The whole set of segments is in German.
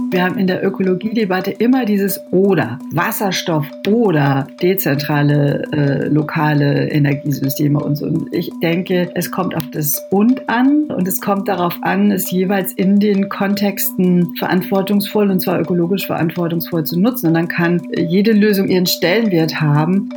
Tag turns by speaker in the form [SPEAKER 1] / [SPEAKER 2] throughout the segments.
[SPEAKER 1] Wir haben in der Ökologiedebatte immer dieses oder, Wasserstoff oder dezentrale, lokale Energiesysteme und so. Und ich denke, es kommt auf das und an und es kommt darauf an, es jeweils in den Kontexten verantwortungsvoll und zwar ökologisch verantwortungsvoll zu nutzen. Und dann kann jede Lösung ihren Stellenwert haben.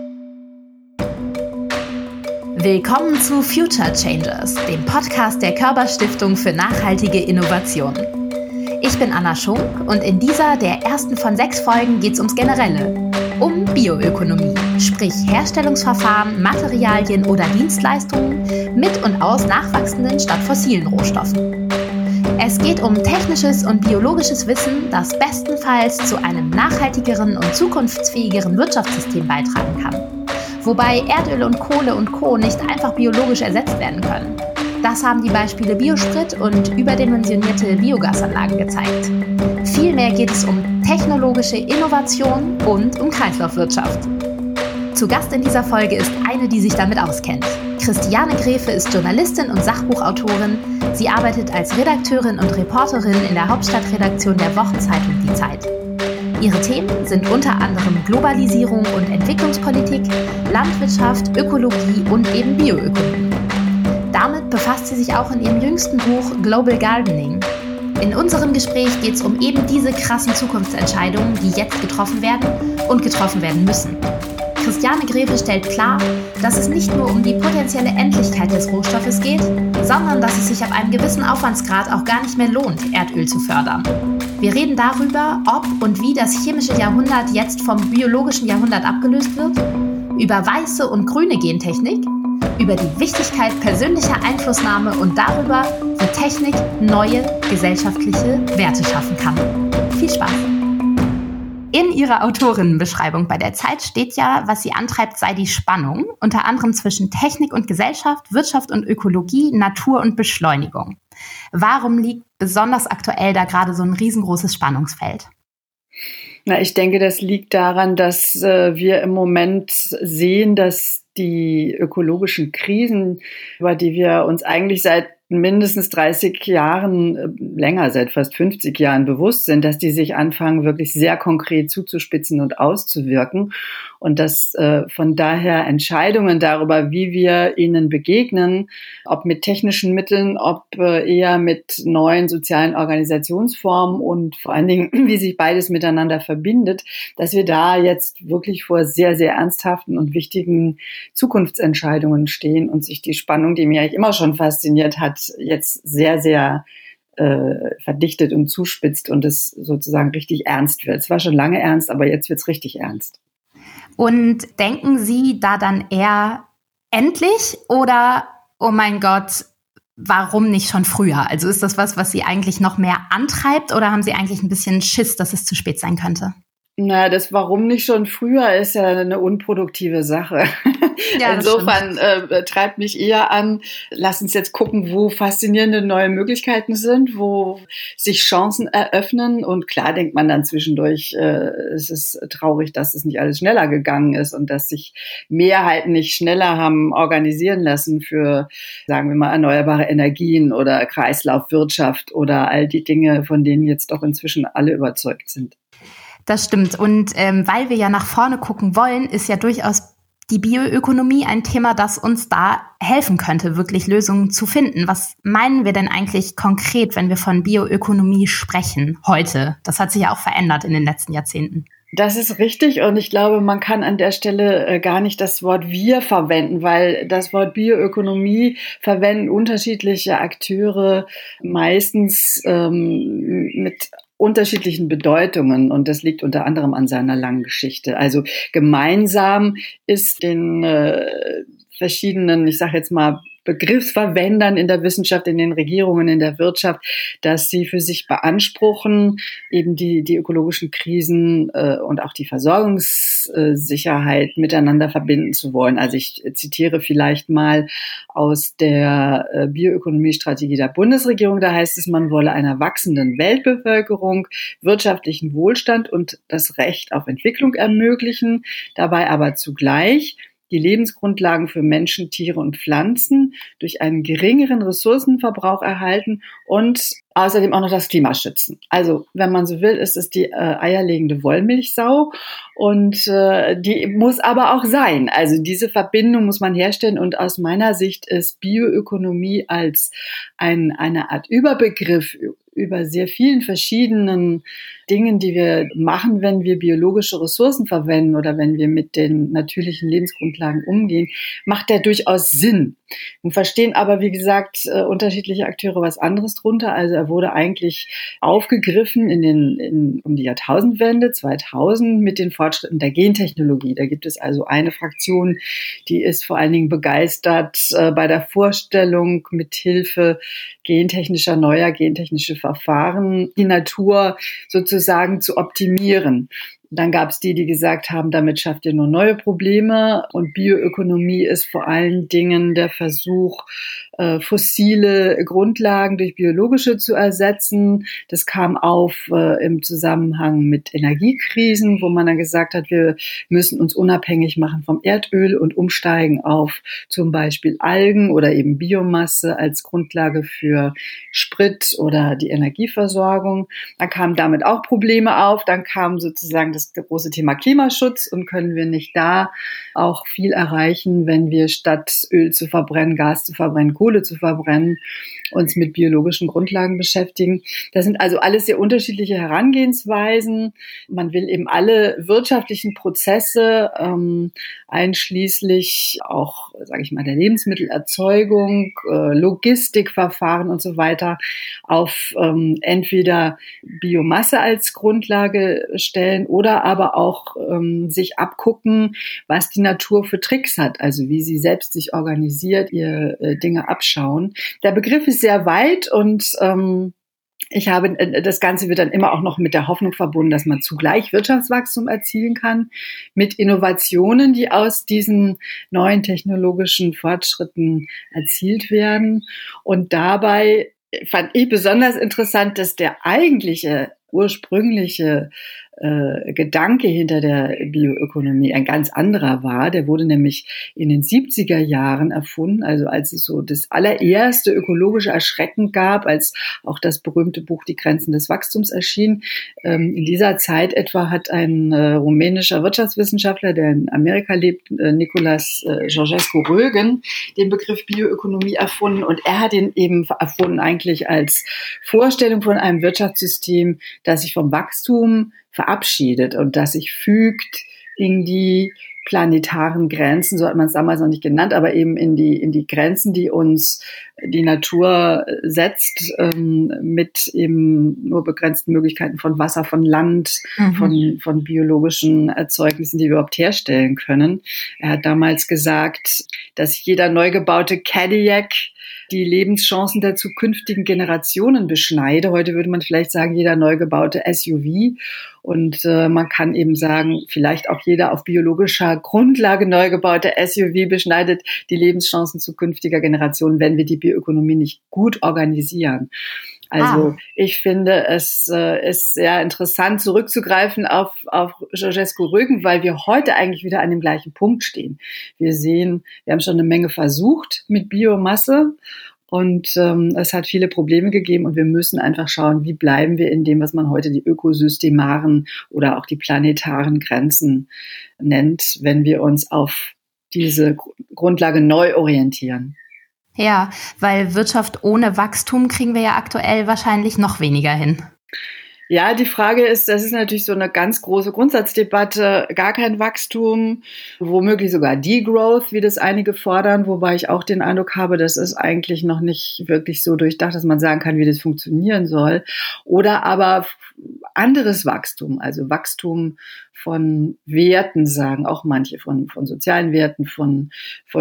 [SPEAKER 2] Willkommen zu Future Changers, dem Podcast der Körber-Stiftung für nachhaltige Innovation. Ich bin Anna Schunk und in dieser, der ersten von 6 Folgen, geht es ums Generelle, um Bioökonomie, sprich Herstellungsverfahren, Materialien oder Dienstleistungen mit und aus nachwachsenden statt fossilen Rohstoffen. Es geht um technisches und biologisches Wissen, das bestenfalls zu einem nachhaltigeren und zukunftsfähigeren Wirtschaftssystem beitragen kann. Wobei Erdöl und Kohle und Co. nicht einfach biologisch ersetzt werden können. Das haben die Beispiele Biosprit und überdimensionierte Biogasanlagen gezeigt. Vielmehr geht es um technologische Innovation und um Kreislaufwirtschaft. Zu Gast in dieser Folge ist eine, die sich damit auskennt. Christiane Grefe ist Journalistin und Sachbuchautorin. Sie arbeitet als Redakteurin und Reporterin in der Hauptstadtredaktion der Wochenzeitung Die Zeit. Ihre Themen sind unter anderem Globalisierung und Entwicklungspolitik, Landwirtschaft, Ökologie und eben Bioökonomie. Damit befasst sie sich auch in ihrem jüngsten Buch Global Gardening. In unserem Gespräch geht es um eben diese krassen Zukunftsentscheidungen, die jetzt getroffen werden und getroffen werden müssen. Christiane Grefe stellt klar, dass es nicht nur um die potenzielle Endlichkeit des Rohstoffes geht, sondern dass es sich ab einem gewissen Aufwandsgrad auch gar nicht mehr lohnt, Erdöl zu fördern. Wir reden darüber, ob und wie das chemische Jahrhundert jetzt vom biologischen Jahrhundert abgelöst wird, über weiße und grüne Gentechnik, über die Wichtigkeit persönlicher Einflussnahme und darüber, wie Technik neue gesellschaftliche Werte schaffen kann. Viel Spaß! In ihrer Autorinnenbeschreibung bei der Zeit steht ja, was sie antreibt, sei die Spannung, unter anderem zwischen Technik und Gesellschaft, Wirtschaft und Ökologie, Natur und Beschleunigung. Warum liegt besonders aktuell da gerade so ein riesengroßes Spannungsfeld?
[SPEAKER 1] Na, ich denke, das liegt daran, dass wir im Moment sehen, dass die ökologischen Krisen, über die wir uns eigentlich seit mindestens 30 Jahren, länger, seit fast 50 Jahren bewusst sind, dass die sich anfangen, wirklich sehr konkret zuzuspitzen und auszuwirken. Und dass von daher Entscheidungen darüber, wie wir ihnen begegnen, ob mit technischen Mitteln, ob eher mit neuen sozialen Organisationsformen und vor allen Dingen, wie sich beides miteinander verbindet, dass wir da jetzt wirklich vor sehr, sehr ernsthaften und wichtigen Zukunftsentscheidungen stehen und sich die Spannung, die mich eigentlich immer schon fasziniert hat, jetzt sehr, sehr verdichtet und zuspitzt und es sozusagen richtig ernst wird. Es war schon lange ernst, aber jetzt wird es richtig ernst.
[SPEAKER 2] Und denken Sie da dann eher endlich oder, oh mein Gott, warum nicht schon früher? Also ist das was Sie eigentlich noch mehr antreibt oder haben Sie eigentlich ein bisschen Schiss, dass es zu spät sein könnte?
[SPEAKER 1] Na, das Warum nicht schon früher ist ja eine unproduktive Sache. Ja, insofern treibt mich eher an, lass uns jetzt gucken, wo faszinierende neue Möglichkeiten sind, wo sich Chancen eröffnen. Und klar denkt man dann zwischendurch, es ist traurig, dass es nicht alles schneller gegangen ist und dass sich Mehrheiten nicht schneller haben organisieren lassen für, sagen wir mal, erneuerbare Energien oder Kreislaufwirtschaft oder all die Dinge, von denen jetzt doch inzwischen alle überzeugt sind.
[SPEAKER 2] Das stimmt. Und weil wir ja nach vorne gucken wollen, ist ja durchaus die Bioökonomie ein Thema, das uns da helfen könnte, wirklich Lösungen zu finden. Was meinen wir denn eigentlich konkret, wenn wir von Bioökonomie sprechen heute? Das hat sich ja auch verändert in den letzten Jahrzehnten.
[SPEAKER 1] Das ist richtig und ich glaube, man kann an der Stelle gar nicht das Wort wir verwenden, weil das Wort Bioökonomie verwenden unterschiedliche Akteure meistens mit unterschiedlichen Bedeutungen und das liegt unter anderem an seiner langen Geschichte. Also gemeinsam ist den verschiedenen, ich sage jetzt mal, Begriffsverwendern in der Wissenschaft, in den Regierungen, in der Wirtschaft, dass sie für sich beanspruchen, eben die ökologischen Krisen und auch die Versorgungssicherheit miteinander verbinden zu wollen. Also ich zitiere vielleicht mal aus der Bioökonomiestrategie der Bundesregierung. Da heißt es, man wolle einer wachsenden Weltbevölkerung wirtschaftlichen Wohlstand und das Recht auf Entwicklung ermöglichen, dabei aber zugleich die Lebensgrundlagen für Menschen, Tiere und Pflanzen durch einen geringeren Ressourcenverbrauch erhalten und außerdem auch noch das Klima schützen. Also, wenn man so will, ist es die eierlegende Wollmilchsau und die muss aber auch sein. Also diese Verbindung muss man herstellen und aus meiner Sicht ist Bioökonomie als eine Art Überbegriff über sehr vielen verschiedenen Dingen, die wir machen, wenn wir biologische Ressourcen verwenden oder wenn wir mit den natürlichen Lebensgrundlagen umgehen, macht der durchaus Sinn. Und verstehen aber, wie gesagt, unterschiedliche Akteure was anderes drunter. Also er wurde eigentlich aufgegriffen um die Jahrtausendwende 2000 mit den Fortschritten der Gentechnologie. Da gibt es also eine Fraktion, die ist vor allen Dingen begeistert bei der Vorstellung, mit Hilfe neuer gentechnischer Verfahren die Natur sozusagen zu optimieren. Dann gab es die gesagt haben, damit schafft ihr nur neue Probleme. Und Bioökonomie ist vor allen Dingen der Versuch, fossile Grundlagen durch biologische zu ersetzen. Das kam auf im Zusammenhang mit Energiekrisen, wo man dann gesagt hat, wir müssen uns unabhängig machen vom Erdöl und umsteigen auf zum Beispiel Algen oder eben Biomasse als Grundlage für Sprit oder die Energieversorgung. Dann kamen damit auch Probleme auf. Dann kam sozusagen das große Thema Klimaschutz und können wir nicht da auch viel erreichen, wenn wir statt Öl zu verbrennen, Gas zu verbrennen, Kohle zu verbrennen, uns mit biologischen Grundlagen beschäftigen. Das sind also alles sehr unterschiedliche Herangehensweisen. Man will eben alle wirtschaftlichen Prozesse, einschließlich auch, sage ich mal, der Lebensmittelerzeugung, Logistikverfahren und so weiter, auf entweder Biomasse als Grundlage stellen oder aber auch sich abgucken, was die Natur für Tricks hat, also wie sie selbst sich organisiert, ihr Dinge abschauen. Der Begriff ist sehr weit und das Ganze wird dann immer auch noch mit der Hoffnung verbunden, dass man zugleich Wirtschaftswachstum erzielen kann mit Innovationen, die aus diesen neuen technologischen Fortschritten erzielt werden. Und dabei fand ich besonders interessant, dass der eigentliche ursprüngliche Gedanke hinter der Bioökonomie ein ganz anderer war. Der wurde nämlich in den 70er Jahren erfunden, also als es so das allererste ökologische Erschrecken gab, als auch das berühmte Buch Die Grenzen des Wachstums erschien. In dieser Zeit etwa hat ein rumänischer Wirtschaftswissenschaftler, der in Amerika lebt, Nicolas Georgescu-Roegen, den Begriff Bioökonomie erfunden und er hat ihn eben erfunden eigentlich als Vorstellung von einem Wirtschaftssystem, das sich vom Wachstum verabschiedet und das sich fügt in die planetaren Grenzen, so hat man es damals noch nicht genannt, aber eben in die Grenzen, die uns die Natur setzt, mit eben nur begrenzten Möglichkeiten von Wasser, von Land, von biologischen Erzeugnissen, die wir überhaupt herstellen können. Er hat damals gesagt, dass jeder neu gebaute Cadillac die Lebenschancen der zukünftigen Generationen beschneide. Heute würde man vielleicht sagen, jeder neu gebaute SUV. Und man kann eben sagen, vielleicht auch jeder auf biologischer Grundlage neu gebaute SUV beschneidet die Lebenschancen zukünftiger Generationen, wenn wir die Bioökonomie nicht gut organisieren. Also ich finde, es ist sehr interessant zurückzugreifen auf Georgescu-Roegen, weil wir heute eigentlich wieder an dem gleichen Punkt stehen. Wir haben schon eine Menge versucht mit Biomasse und es hat viele Probleme gegeben und wir müssen einfach schauen, wie bleiben wir in dem, was man heute die ökosystemaren oder auch die planetaren Grenzen nennt, wenn wir uns auf diese Grundlage neu orientieren.
[SPEAKER 2] Ja, weil Wirtschaft ohne Wachstum kriegen wir ja aktuell wahrscheinlich noch weniger hin.
[SPEAKER 1] Ja, die Frage ist, das ist natürlich so eine ganz große Grundsatzdebatte, gar kein Wachstum, womöglich sogar Degrowth, wie das einige fordern, wobei ich auch den Eindruck habe, das ist eigentlich noch nicht wirklich so durchdacht, dass man sagen kann, wie das funktionieren soll. Oder aber anderes Wachstum, also Wachstum von Werten, sagen auch manche, von sozialen Werten, von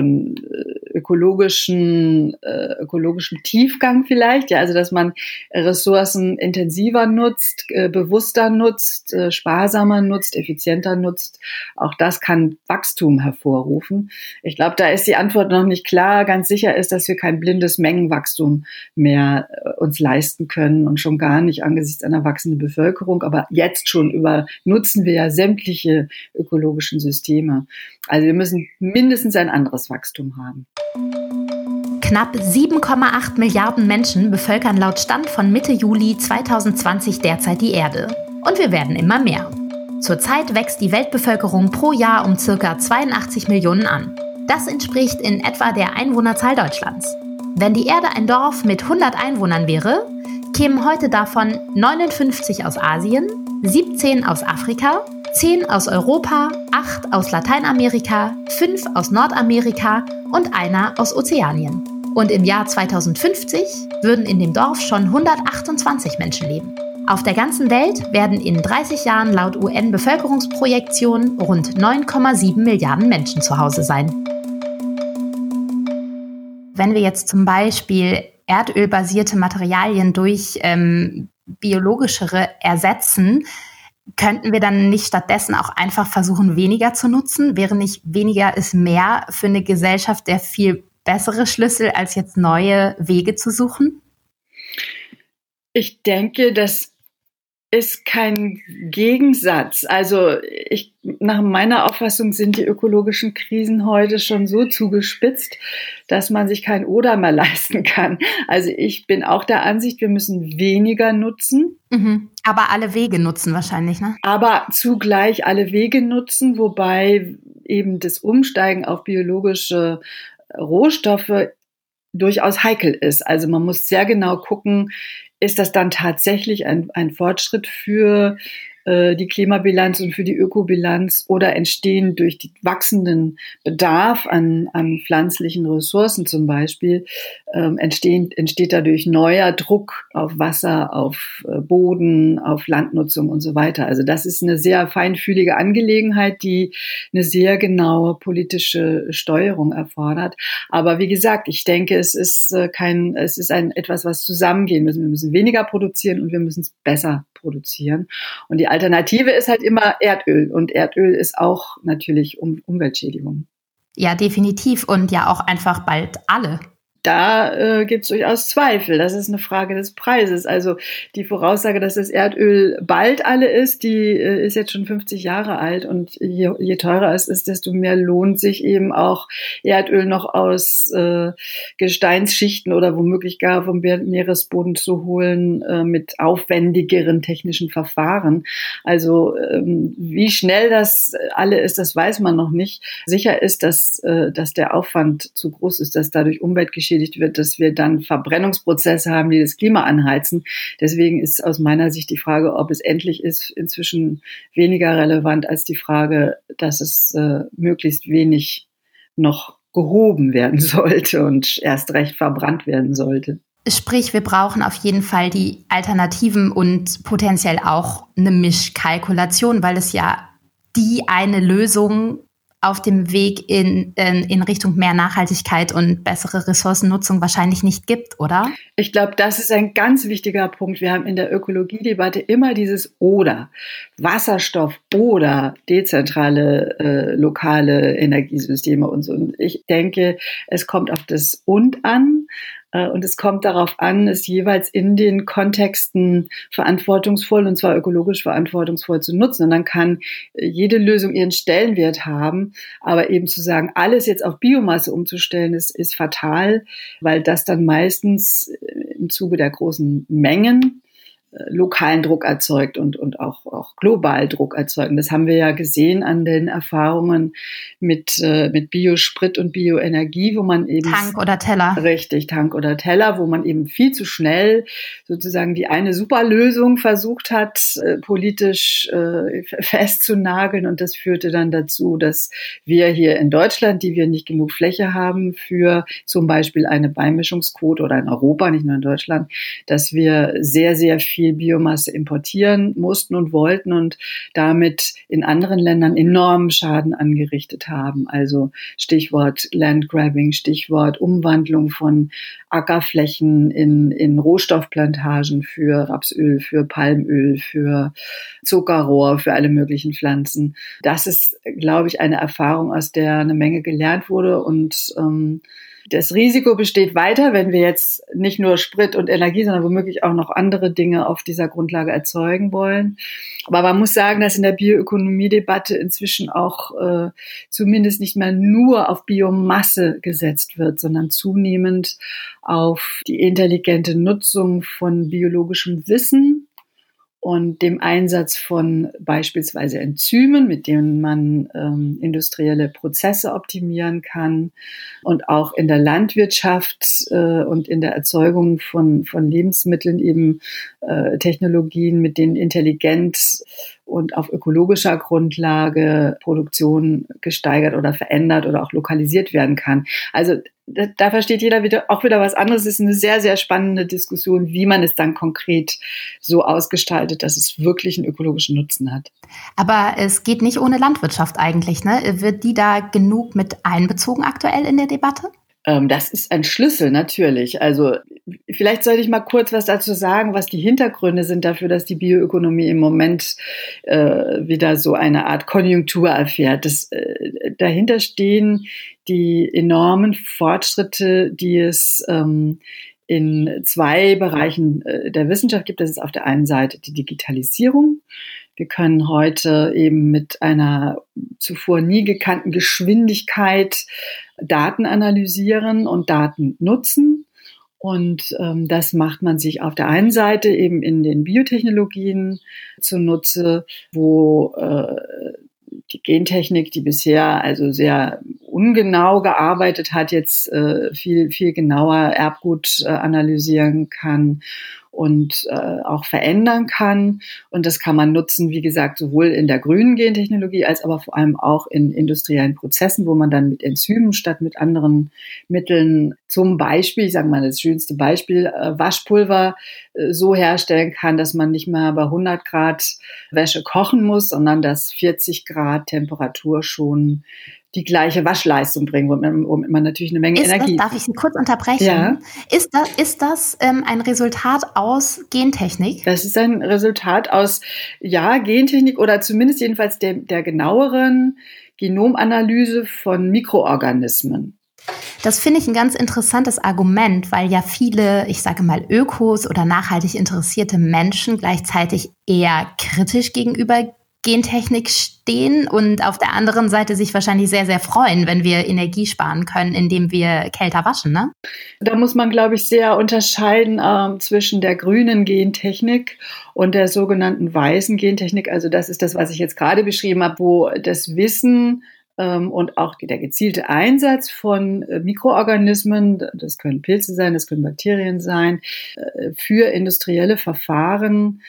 [SPEAKER 1] ökologischem Tiefgang vielleicht, ja, also dass man Ressourcen intensiver nutzt, bewusster nutzt, sparsamer nutzt, effizienter nutzt. Auch das kann Wachstum hervorrufen. Ich glaube, da ist die Antwort noch nicht klar. Ganz sicher ist, dass wir kein blindes Mengenwachstum mehr uns leisten können und schon gar nicht angesichts einer wachsenden Bevölkerung. Aber jetzt schon nutzen wir ja sämtliche ökologischen Systeme. Also wir müssen mindestens ein anderes Wachstum haben.
[SPEAKER 2] Knapp 7,8 Milliarden Menschen bevölkern laut Stand von Mitte Juli 2020 derzeit die Erde. Und wir werden immer mehr. Zurzeit wächst die Weltbevölkerung pro Jahr um ca. 82 Millionen an. Das entspricht in etwa der Einwohnerzahl Deutschlands. Wenn die Erde ein Dorf mit 100 Einwohnern wäre, kämen heute davon 59 aus Asien, 17 aus Afrika, 10 aus Europa, 8 aus Lateinamerika, 5 aus Nordamerika und einer aus Ozeanien. Und im Jahr 2050 würden in dem Dorf schon 128 Menschen leben. Auf der ganzen Welt werden in 30 Jahren laut UN-Bevölkerungsprojektion rund 9,7 Milliarden Menschen zu Hause sein. Wenn wir jetzt zum Beispiel erdölbasierte Materialien durch biologischere ersetzen, könnten wir dann nicht stattdessen auch einfach versuchen, weniger zu nutzen? Wäre nicht weniger ist mehr für eine Gesellschaft der viel bessere Schlüssel, als jetzt neue Wege zu suchen?
[SPEAKER 1] Ich denke, das ist kein Gegensatz. Also nach meiner Auffassung sind die ökologischen Krisen heute schon so zugespitzt, dass man sich kein Oder mehr leisten kann. Also ich bin auch der Ansicht, wir müssen weniger nutzen.
[SPEAKER 2] Aber alle Wege nutzen wahrscheinlich, ne?
[SPEAKER 1] Aber zugleich alle Wege nutzen, wobei eben das Umsteigen auf biologische Rohstoffe durchaus heikel ist. Also man muss sehr genau gucken, ist das dann tatsächlich ein Fortschritt für die Klimabilanz und für die Ökobilanz oder entstehen durch den wachsenden Bedarf an pflanzlichen Ressourcen zum Beispiel, entsteht dadurch neuer Druck auf Wasser, auf Boden, auf Landnutzung und so weiter. Also das ist eine sehr feinfühlige Angelegenheit, die eine sehr genaue politische Steuerung erfordert. Aber wie gesagt, ich denke, es ist etwas, was zusammengehen müssen. Wir müssen weniger produzieren und wir müssen es besser produzieren. Und die Alternative ist halt immer Erdöl. Und Erdöl ist auch natürlich Umweltschädigung.
[SPEAKER 2] Ja, definitiv. Und ja auch einfach bald alle.
[SPEAKER 1] Da gibt es durchaus Zweifel. Das ist eine Frage des Preises. Also die Voraussage, dass das Erdöl bald alle ist, die ist jetzt schon 50 Jahre alt. Und je teurer es ist, desto mehr lohnt sich eben auch Erdöl noch aus Gesteinsschichten oder womöglich gar vom Meeresboden zu holen mit aufwendigeren technischen Verfahren. Also wie schnell das alle ist, das weiß man noch nicht. Sicher ist, dass der Aufwand zu groß ist, dass dadurch Umwelt geschiedigt wird, dass wir dann Verbrennungsprozesse haben, die das Klima anheizen. Deswegen ist aus meiner Sicht die Frage, ob es endlich ist, inzwischen weniger relevant als die Frage, dass es möglichst wenig noch gehoben werden sollte und erst recht verbrannt werden sollte.
[SPEAKER 2] Sprich, wir brauchen auf jeden Fall die Alternativen und potenziell auch eine Mischkalkulation, weil es ja die eine Lösung auf dem Weg in Richtung mehr Nachhaltigkeit und bessere Ressourcennutzung wahrscheinlich nicht gibt, oder?
[SPEAKER 1] Ich glaube, das ist ein ganz wichtiger Punkt. Wir haben in der Ökologiedebatte immer dieses Oder. Wasserstoff oder dezentrale, lokale Energiesysteme und so. Und ich denke, es kommt auf das Und an. Und es kommt darauf an, es jeweils in den Kontexten verantwortungsvoll, und zwar ökologisch verantwortungsvoll zu nutzen. Und dann kann jede Lösung ihren Stellenwert haben. Aber eben zu sagen, alles jetzt auf Biomasse umzustellen, ist fatal, weil das dann meistens im Zuge der großen Mengen lokalen Druck erzeugt und auch global Druck erzeugt. Und das haben wir ja gesehen an den Erfahrungen mit Biosprit und Bioenergie, wo man eben
[SPEAKER 2] Tank oder Teller.
[SPEAKER 1] Richtig, Tank oder Teller, wo man eben viel zu schnell sozusagen die eine Superlösung versucht hat, politisch festzunageln. Und das führte dann dazu, dass wir hier in Deutschland, die wir nicht genug Fläche haben für zum Beispiel eine Beimischungsquote oder in Europa, nicht nur in Deutschland, dass wir sehr, sehr viel Biomasse importieren mussten und wollten und damit in anderen Ländern enormen Schaden angerichtet haben. Also Stichwort Landgrabbing, Stichwort Umwandlung von Ackerflächen in Rohstoffplantagen für Rapsöl, für Palmöl, für Zuckerrohr, für alle möglichen Pflanzen. Das ist, glaube ich, eine Erfahrung, aus der eine Menge gelernt wurde und Das Risiko besteht weiter, wenn wir jetzt nicht nur Sprit und Energie, sondern womöglich auch noch andere Dinge auf dieser Grundlage erzeugen wollen. Aber man muss sagen, dass in der Bioökonomie-Debatte inzwischen auch zumindest nicht mehr nur auf Biomasse gesetzt wird, sondern zunehmend auf die intelligente Nutzung von biologischem Wissen und dem Einsatz von beispielsweise Enzymen, mit denen man industrielle Prozesse optimieren kann, und auch in der Landwirtschaft und in der Erzeugung von Lebensmitteln eben Technologien, mit denen intelligent und auf ökologischer Grundlage Produktion gesteigert oder verändert oder auch lokalisiert werden kann. Also da versteht jeder auch wieder was anderes. Es ist eine sehr, sehr spannende Diskussion, wie man es dann konkret so ausgestaltet, dass es wirklich einen ökologischen Nutzen hat.
[SPEAKER 2] Aber es geht nicht ohne Landwirtschaft eigentlich, ne? Wird die da genug mit einbezogen aktuell in der Debatte?
[SPEAKER 1] Das ist ein Schlüssel, natürlich. Also vielleicht sollte ich mal kurz was dazu sagen, was die Hintergründe sind dafür, dass die Bioökonomie im Moment wieder so eine Art Konjunktur erfährt. Dahinter stehen die enormen Fortschritte, die es in zwei Bereichen der Wissenschaft gibt. Das ist auf der einen Seite die Digitalisierung. Wir können heute eben mit einer zuvor nie gekannten Geschwindigkeit Daten analysieren und Daten nutzen. Und das macht man sich auf der einen Seite eben in den Biotechnologien zunutze, wo die Gentechnik, die bisher also sehr ungenau gearbeitet hat, jetzt viel, viel genauer Erbgut analysieren kann und auch verändern kann. Und das kann man nutzen, wie gesagt, sowohl in der grünen Gentechnologie als aber vor allem auch in industriellen Prozessen, wo man dann mit Enzymen statt mit anderen Mitteln, zum Beispiel, ich sage mal das schönste Beispiel, Waschpulver so herstellen kann, dass man nicht mehr bei 100 Grad Wäsche kochen muss, sondern dass 40 Grad Temperatur schon die gleiche Waschleistung bringen, womit man natürlich eine Menge Energie...
[SPEAKER 2] Darf ich Sie kurz unterbrechen?
[SPEAKER 1] Ja.
[SPEAKER 2] Ist das ein Resultat aus Gentechnik?
[SPEAKER 1] Das ist ein Resultat aus, Gentechnik oder zumindest jedenfalls der genaueren Genomanalyse von Mikroorganismen.
[SPEAKER 2] Das finde ich ein ganz interessantes Argument, weil ja viele, ich sage mal, Ökos oder nachhaltig interessierte Menschen gleichzeitig eher kritisch gegenüber Gentechnik stehen und auf der anderen Seite sich wahrscheinlich sehr, sehr freuen, wenn wir Energie sparen können, indem wir kälter waschen, ne?
[SPEAKER 1] Da muss man, glaube ich, sehr unterscheiden zwischen der grünen Gentechnik und der sogenannten weißen Gentechnik. Also das ist das, was ich jetzt gerade beschrieben habe, wo das Wissen und auch der gezielte Einsatz von Mikroorganismen, das können Pilze sein, das können Bakterien sein, für industrielle Verfahren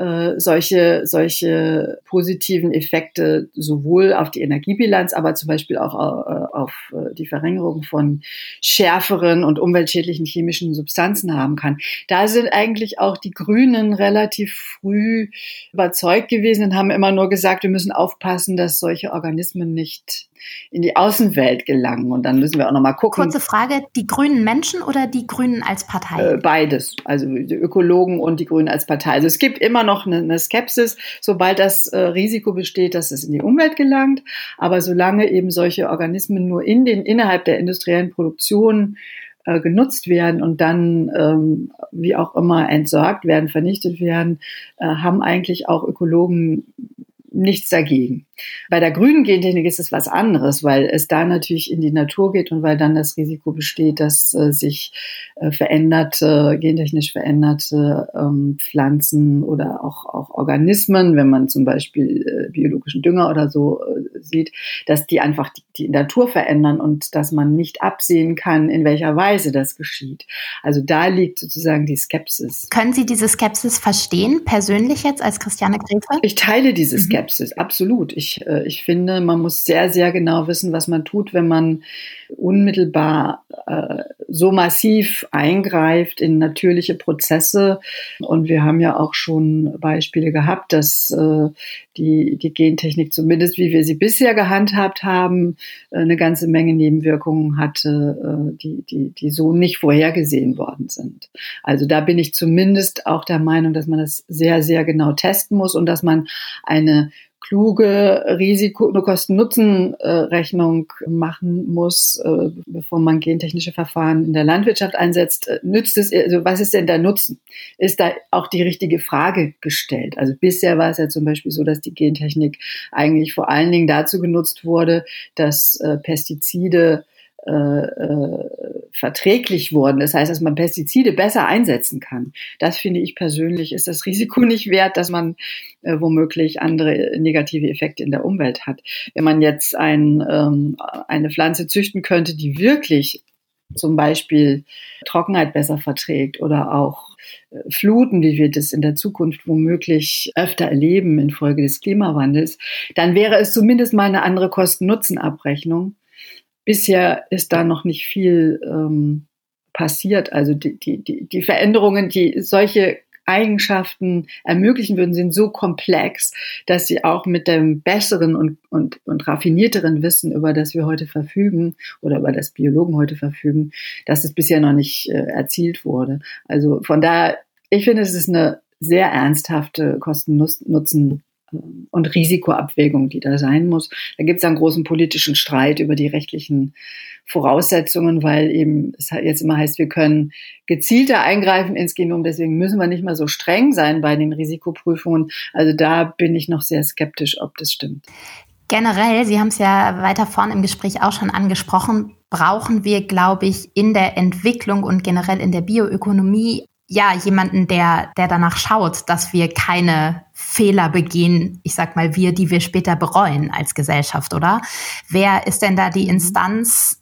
[SPEAKER 1] solche positiven Effekte sowohl auf die Energiebilanz, aber zum Beispiel auch auf die Verringerung von schärferen und umweltschädlichen chemischen Substanzen haben kann. Da sind eigentlich auch die Grünen relativ früh überzeugt gewesen und haben immer nur gesagt, wir müssen aufpassen, dass solche Organismen nicht in die Außenwelt gelangen. Und dann müssen wir auch noch mal gucken.
[SPEAKER 2] Kurze Frage, die Grünen Menschen oder die Grünen als Partei?
[SPEAKER 1] Beides, also die Ökologen und die Grünen als Partei. Also es gibt immer noch eine Skepsis, sobald das Risiko besteht, dass es in die Umwelt gelangt. Aber solange eben solche Organismen nur innerhalb der industriellen Produktion genutzt werden und dann wie auch immer entsorgt werden, vernichtet werden, haben eigentlich auch Ökologen nichts dagegen. Bei der grünen Gentechnik ist es was anderes, weil es da natürlich in die Natur geht und weil dann das Risiko besteht, dass sich gentechnisch veränderte Pflanzen oder auch Organismen, wenn man zum Beispiel biologischen Dünger oder so sieht, dass die einfach die Natur verändern und dass man nicht absehen kann, in welcher Weise das geschieht. Also da liegt sozusagen die Skepsis.
[SPEAKER 2] Können Sie diese Skepsis verstehen, persönlich jetzt als Christiane Gräfe?
[SPEAKER 1] Ich teile diese Skepsis, absolut. Ich finde, man muss sehr, sehr genau wissen, was man tut, wenn man unmittelbar so massiv eingreift in natürliche Prozesse. Und wir haben ja auch schon Beispiele gehabt, dass die Gentechnik, zumindest wie wir sie bisher gehandhabt haben, eine ganze Menge Nebenwirkungen hatte, die so nicht vorhergesehen worden sind. Also da bin ich zumindest auch der Meinung, dass man das sehr, sehr genau testen muss und dass man eine kluge Kosten-Nutzen-Rechnung machen muss, bevor man gentechnische Verfahren in der Landwirtschaft einsetzt. Nützt es, also was ist denn der Nutzen? Ist da auch die richtige Frage gestellt? Also bisher war es ja zum Beispiel so, dass die Gentechnik eigentlich vor allen Dingen dazu genutzt wurde, dass Pestizide verträglich wurden. Das heißt, dass man Pestizide besser einsetzen kann. Das finde ich persönlich, ist das Risiko nicht wert, dass man womöglich andere negative Effekte in der Umwelt hat. Wenn man jetzt eine Pflanze züchten könnte, die wirklich zum Beispiel Trockenheit besser verträgt oder auch Fluten, wie wir das in der Zukunft womöglich öfter erleben infolge des Klimawandels, dann wäre es zumindest mal eine andere Kosten-Nutzen-Abrechnung. Bisher ist da noch nicht viel passiert. Also die Veränderungen, die solche Eigenschaften ermöglichen würden, sind so komplex, dass sie auch mit dem besseren und raffinierteren Wissen, über das wir heute verfügen oder über das Biologen heute verfügen, dass es bisher noch nicht erzielt wurde. Also von daher, ich finde, es ist eine sehr ernsthafte Kosten-Nutzen- und Risikoabwägung, die da sein muss. Da gibt es einen großen politischen Streit über die rechtlichen Voraussetzungen, weil eben es jetzt immer heißt, wir können gezielter eingreifen ins Genom, deswegen müssen wir nicht mal so streng sein bei den Risikoprüfungen. Also da bin ich noch sehr skeptisch, ob das stimmt.
[SPEAKER 2] Generell, Sie haben es ja weiter vorne im Gespräch auch schon angesprochen, brauchen wir, glaube ich, in der Entwicklung und generell in der Bioökonomie jemanden, der danach schaut, dass wir keine Fehler begehen, ich sag mal wir, die wir später bereuen als Gesellschaft, oder? Wer ist denn da die Instanz,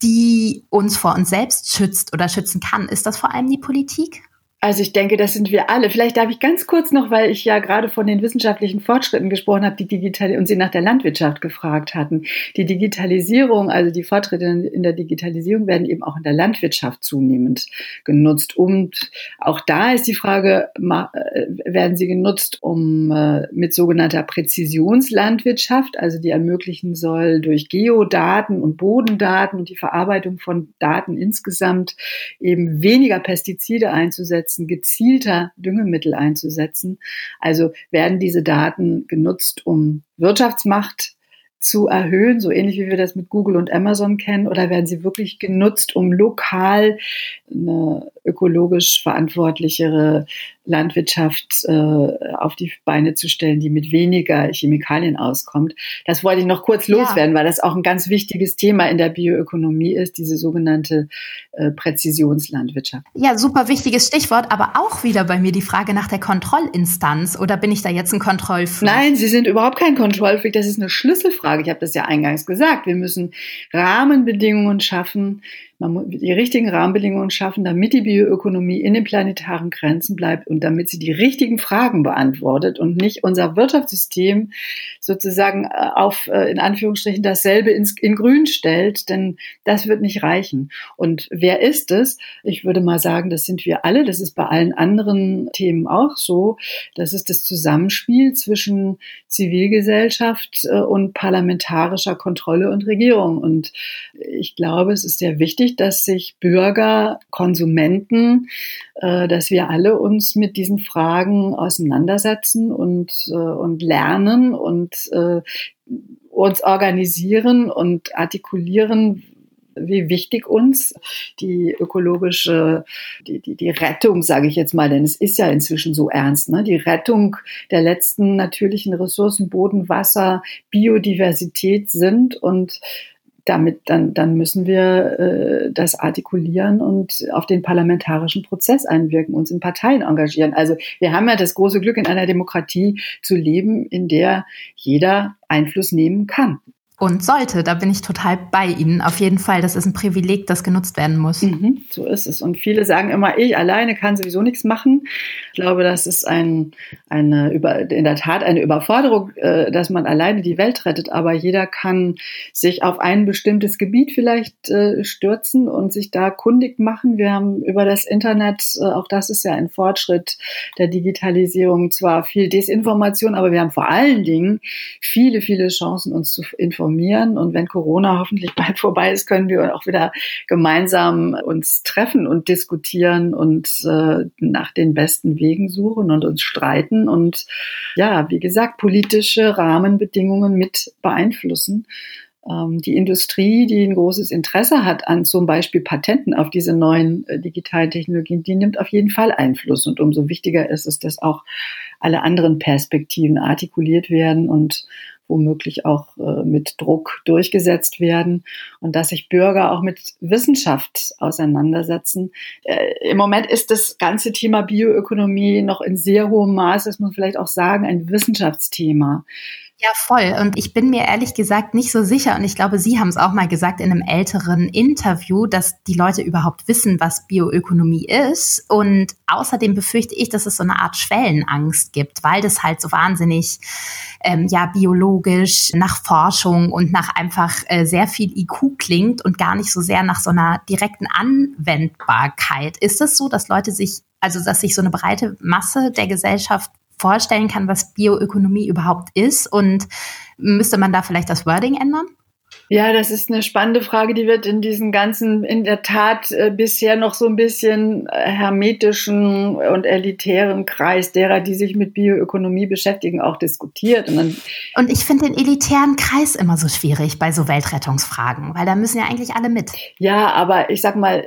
[SPEAKER 2] die uns vor uns selbst schützt oder schützen kann? Ist das vor allem die Politik?
[SPEAKER 1] Also ich denke, das sind wir alle. Vielleicht darf ich ganz kurz noch, weil ich ja gerade von den wissenschaftlichen Fortschritten gesprochen habe, und Sie nach der Landwirtschaft gefragt hatten. Die Digitalisierung, also die Fortschritte in der Digitalisierung werden eben auch in der Landwirtschaft zunehmend genutzt. Und auch da ist die Frage, werden sie genutzt, um mit sogenannter Präzisionslandwirtschaft, also die ermöglichen soll, durch Geodaten und Bodendaten und die Verarbeitung von Daten insgesamt eben weniger Pestizide einzusetzen, gezielter Düngemittel einzusetzen. Also werden diese Daten genutzt, um Wirtschaftsmacht zu erhöhen, so ähnlich wie wir das mit Google und Amazon kennen, oder werden sie wirklich genutzt, um lokal eine ökologisch verantwortlichere Landwirtschaft auf die Beine zu stellen, die mit weniger Chemikalien auskommt? Das wollte ich noch kurz loswerden, weil das auch ein ganz wichtiges Thema in der Bioökonomie ist, diese sogenannte Präzisionslandwirtschaft.
[SPEAKER 2] Ja, super wichtiges Stichwort, aber auch wieder bei mir die Frage nach der Kontrollinstanz. Oder bin ich da jetzt ein Kontrollfreak?
[SPEAKER 1] Nein, Sie sind überhaupt kein Kontrollfreak. Das ist eine Schlüsselfrage. Ich habe das ja eingangs gesagt. Wir müssen Rahmenbedingungen schaffen, die richtigen Rahmenbedingungen schaffen, damit die Bioökonomie in den planetaren Grenzen bleibt und damit sie die richtigen Fragen beantwortet und nicht unser Wirtschaftssystem sozusagen auf, in Anführungsstrichen, dasselbe in Grün stellt, denn das wird nicht reichen. Und wer ist es? Ich würde mal sagen, das sind wir alle. Das ist bei allen anderen Themen auch so. Das ist das Zusammenspiel zwischen Zivilgesellschaft und parlamentarischer Kontrolle und Regierung. Und ich glaube, es ist sehr wichtig, dass sich Bürger, Konsumenten, dass wir alle uns mit diesen Fragen auseinandersetzen und lernen und uns organisieren und artikulieren, wie wichtig uns die ökologische, die Rettung, sage ich jetzt mal, denn es ist ja inzwischen so ernst, ne? Die Rettung der letzten natürlichen Ressourcen, Boden, Wasser, Biodiversität sind, und damit dann müssen wir das artikulieren und auf den parlamentarischen Prozess einwirken, uns in Parteien engagieren. Also wir haben ja das große Glück, in einer Demokratie zu leben, in der jeder Einfluss nehmen kann.
[SPEAKER 2] Und sollte, da bin ich total bei Ihnen. Auf jeden Fall, das ist ein Privileg, das genutzt werden muss.
[SPEAKER 1] So ist es. Und viele sagen immer, ich alleine kann sowieso nichts machen. Ich glaube, das ist in der Tat eine Überforderung, dass man alleine die Welt rettet. Aber jeder kann sich auf ein bestimmtes Gebiet vielleicht stürzen und sich da kundig machen. Wir haben über das Internet, auch das ist ja ein Fortschritt der Digitalisierung, zwar viel Desinformation, aber wir haben vor allen Dingen viele, viele Chancen, uns zu informieren informieren. Und wenn Corona hoffentlich bald vorbei ist, können wir auch wieder gemeinsam uns treffen und diskutieren und nach den besten Wegen suchen und uns streiten und ja, wie gesagt, politische Rahmenbedingungen mit beeinflussen. Die Industrie, die ein großes Interesse hat an zum Beispiel Patenten auf diese neuen digitalen Technologien, die nimmt auf jeden Fall Einfluss. Und umso wichtiger ist es, dass auch alle anderen Perspektiven artikuliert werden und womöglich auch mit Druck durchgesetzt werden und dass sich Bürger auch mit Wissenschaft auseinandersetzen. Im Moment ist das ganze Thema Bioökonomie noch in sehr hohem Maß, das muss man vielleicht auch sagen, ein Wissenschaftsthema.
[SPEAKER 2] Ja, voll. Und ich bin mir ehrlich gesagt nicht so sicher, und ich glaube, Sie haben es auch mal gesagt in einem älteren Interview, dass die Leute überhaupt wissen, was Bioökonomie ist. Und außerdem befürchte ich, dass es so eine Art Schwellenangst gibt, weil das halt so wahnsinnig biologisch nach Forschung und nach einfach sehr viel IQ klingt und gar nicht so sehr nach so einer direkten Anwendbarkeit. Ist es so, dass Leute dass sich so eine breite Masse der Gesellschaft vorstellen kann, was Bioökonomie überhaupt ist, und müsste man da vielleicht das Wording ändern?
[SPEAKER 1] Ja, das ist eine spannende Frage, die wird in diesem ganzen, in der Tat bisher noch so ein bisschen hermetischen und elitären Kreis derer, die sich mit Bioökonomie beschäftigen, auch diskutiert.
[SPEAKER 2] Und ich finde den elitären Kreis immer so schwierig bei so Weltrettungsfragen, weil da müssen ja eigentlich alle mit.
[SPEAKER 1] Ja, aber ich sag mal,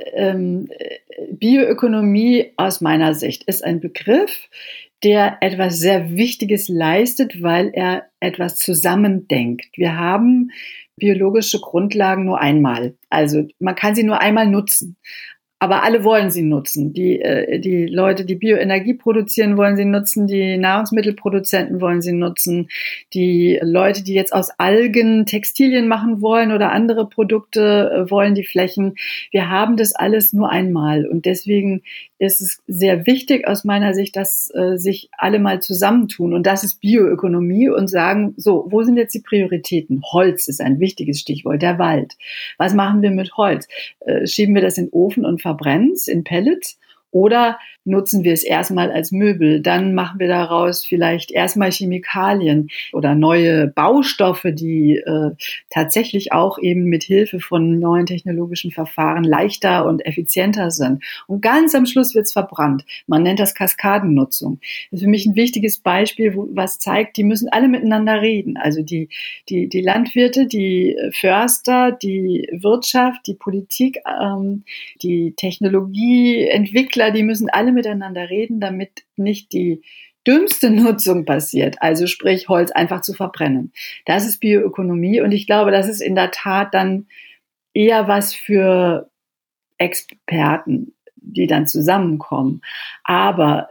[SPEAKER 1] Bioökonomie aus meiner Sicht ist ein Begriff, der etwas sehr Wichtiges leistet, weil er etwas zusammendenkt. Wir haben biologische Grundlagen nur einmal. Also man kann sie nur einmal nutzen. Aber alle wollen sie nutzen. Die Leute, die Bioenergie produzieren, wollen sie nutzen. Die Nahrungsmittelproduzenten wollen sie nutzen. Die Leute, die jetzt aus Algen Textilien machen wollen oder andere Produkte, wollen die Flächen. Wir haben das alles nur einmal. Und deswegen ist es sehr wichtig aus meiner Sicht, dass sich alle mal zusammentun. Und das ist Bioökonomie und sagen, so, wo sind jetzt die Prioritäten? Holz ist ein wichtiges Stichwort, der Wald. Was machen wir mit Holz? Schieben wir das in den Ofen und verbrennen es in Pellets? Oder nutzen wir es erstmal als Möbel? Dann machen wir daraus vielleicht erstmal Chemikalien oder neue Baustoffe, die tatsächlich auch eben mit Hilfe von neuen technologischen Verfahren leichter und effizienter sind. Und ganz am Schluss wird es verbrannt. Man nennt das Kaskadennutzung. Das ist für mich ein wichtiges Beispiel, was zeigt, die müssen alle miteinander reden. Also die Landwirte, die Förster, die Wirtschaft, die Politik, die Technologieentwickler, die müssen alle miteinander reden, damit nicht die dümmste Nutzung passiert, also sprich Holz einfach zu verbrennen. Das ist Bioökonomie und ich glaube, das ist in der Tat dann eher was für Experten, die dann zusammenkommen. Aber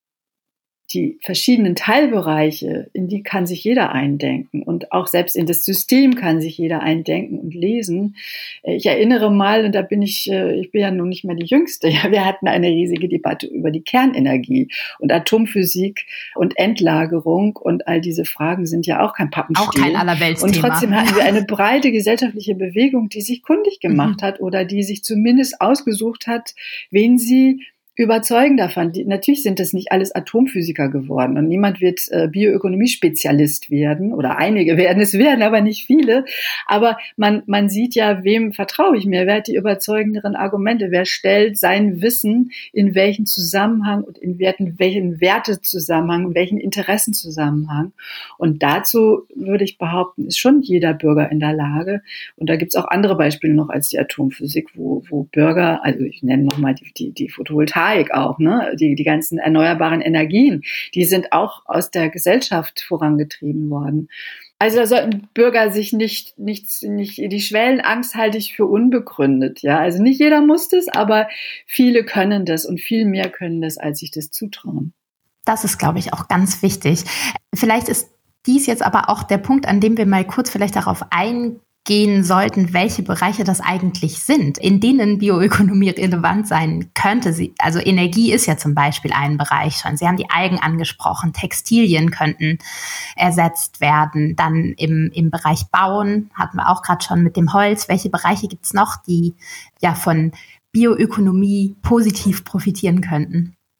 [SPEAKER 1] die verschiedenen Teilbereiche, in die kann sich jeder eindenken und auch selbst in das System kann sich jeder eindenken und lesen. Ich erinnere mal, und da bin ich bin ja nun nicht mehr die Jüngste, ja, wir hatten eine riesige Debatte über die Kernenergie und Atomphysik und Endlagerung und all diese Fragen sind ja auch kein Pappenstiel.
[SPEAKER 2] Auch kein Allerweltsthema.
[SPEAKER 1] Und trotzdem hatten wir eine breite gesellschaftliche Bewegung, die sich kundig gemacht hat oder die sich zumindest ausgesucht hat, wen sie überzeugen davon. Natürlich sind das nicht alles Atomphysiker geworden und niemand wird Bioökonomie-Spezialist werden oder einige werden es werden, aber nicht viele. Aber man sieht ja, wem vertraue ich mehr? Wer hat die überzeugenderen Argumente? Wer stellt sein Wissen in welchen Zusammenhang und in welchen Wertezusammenhang, in welchen Interessenzusammenhang? Und dazu würde ich behaupten, ist schon jeder Bürger in der Lage. Und da gibt es auch andere Beispiele noch als die Atomphysik, wo Bürger, also ich nenne nochmal die Photovoltaik auch, ne? Die ganzen erneuerbaren Energien, die sind auch aus der Gesellschaft vorangetrieben worden. Also da sollten Bürger sich nicht die Schwellenangst halte ich für unbegründet, ja. Also nicht jeder muss das, aber viele können das und viel mehr können das, als sich das zutrauen.
[SPEAKER 2] Das ist, glaube ich, auch ganz wichtig. Vielleicht ist dies jetzt aber auch der Punkt, an dem wir mal kurz vielleicht darauf eingehen sollten, welche Bereiche das eigentlich sind, in denen Bioökonomie relevant sein könnte. Also Energie ist ja zum Beispiel ein Bereich schon. Sie haben die Algen angesprochen. Textilien könnten ersetzt werden. Dann im Bereich Bauen hatten wir auch gerade schon mit dem Holz. Welche Bereiche gibt es noch, die ja von Bioökonomie positiv profitieren könnten?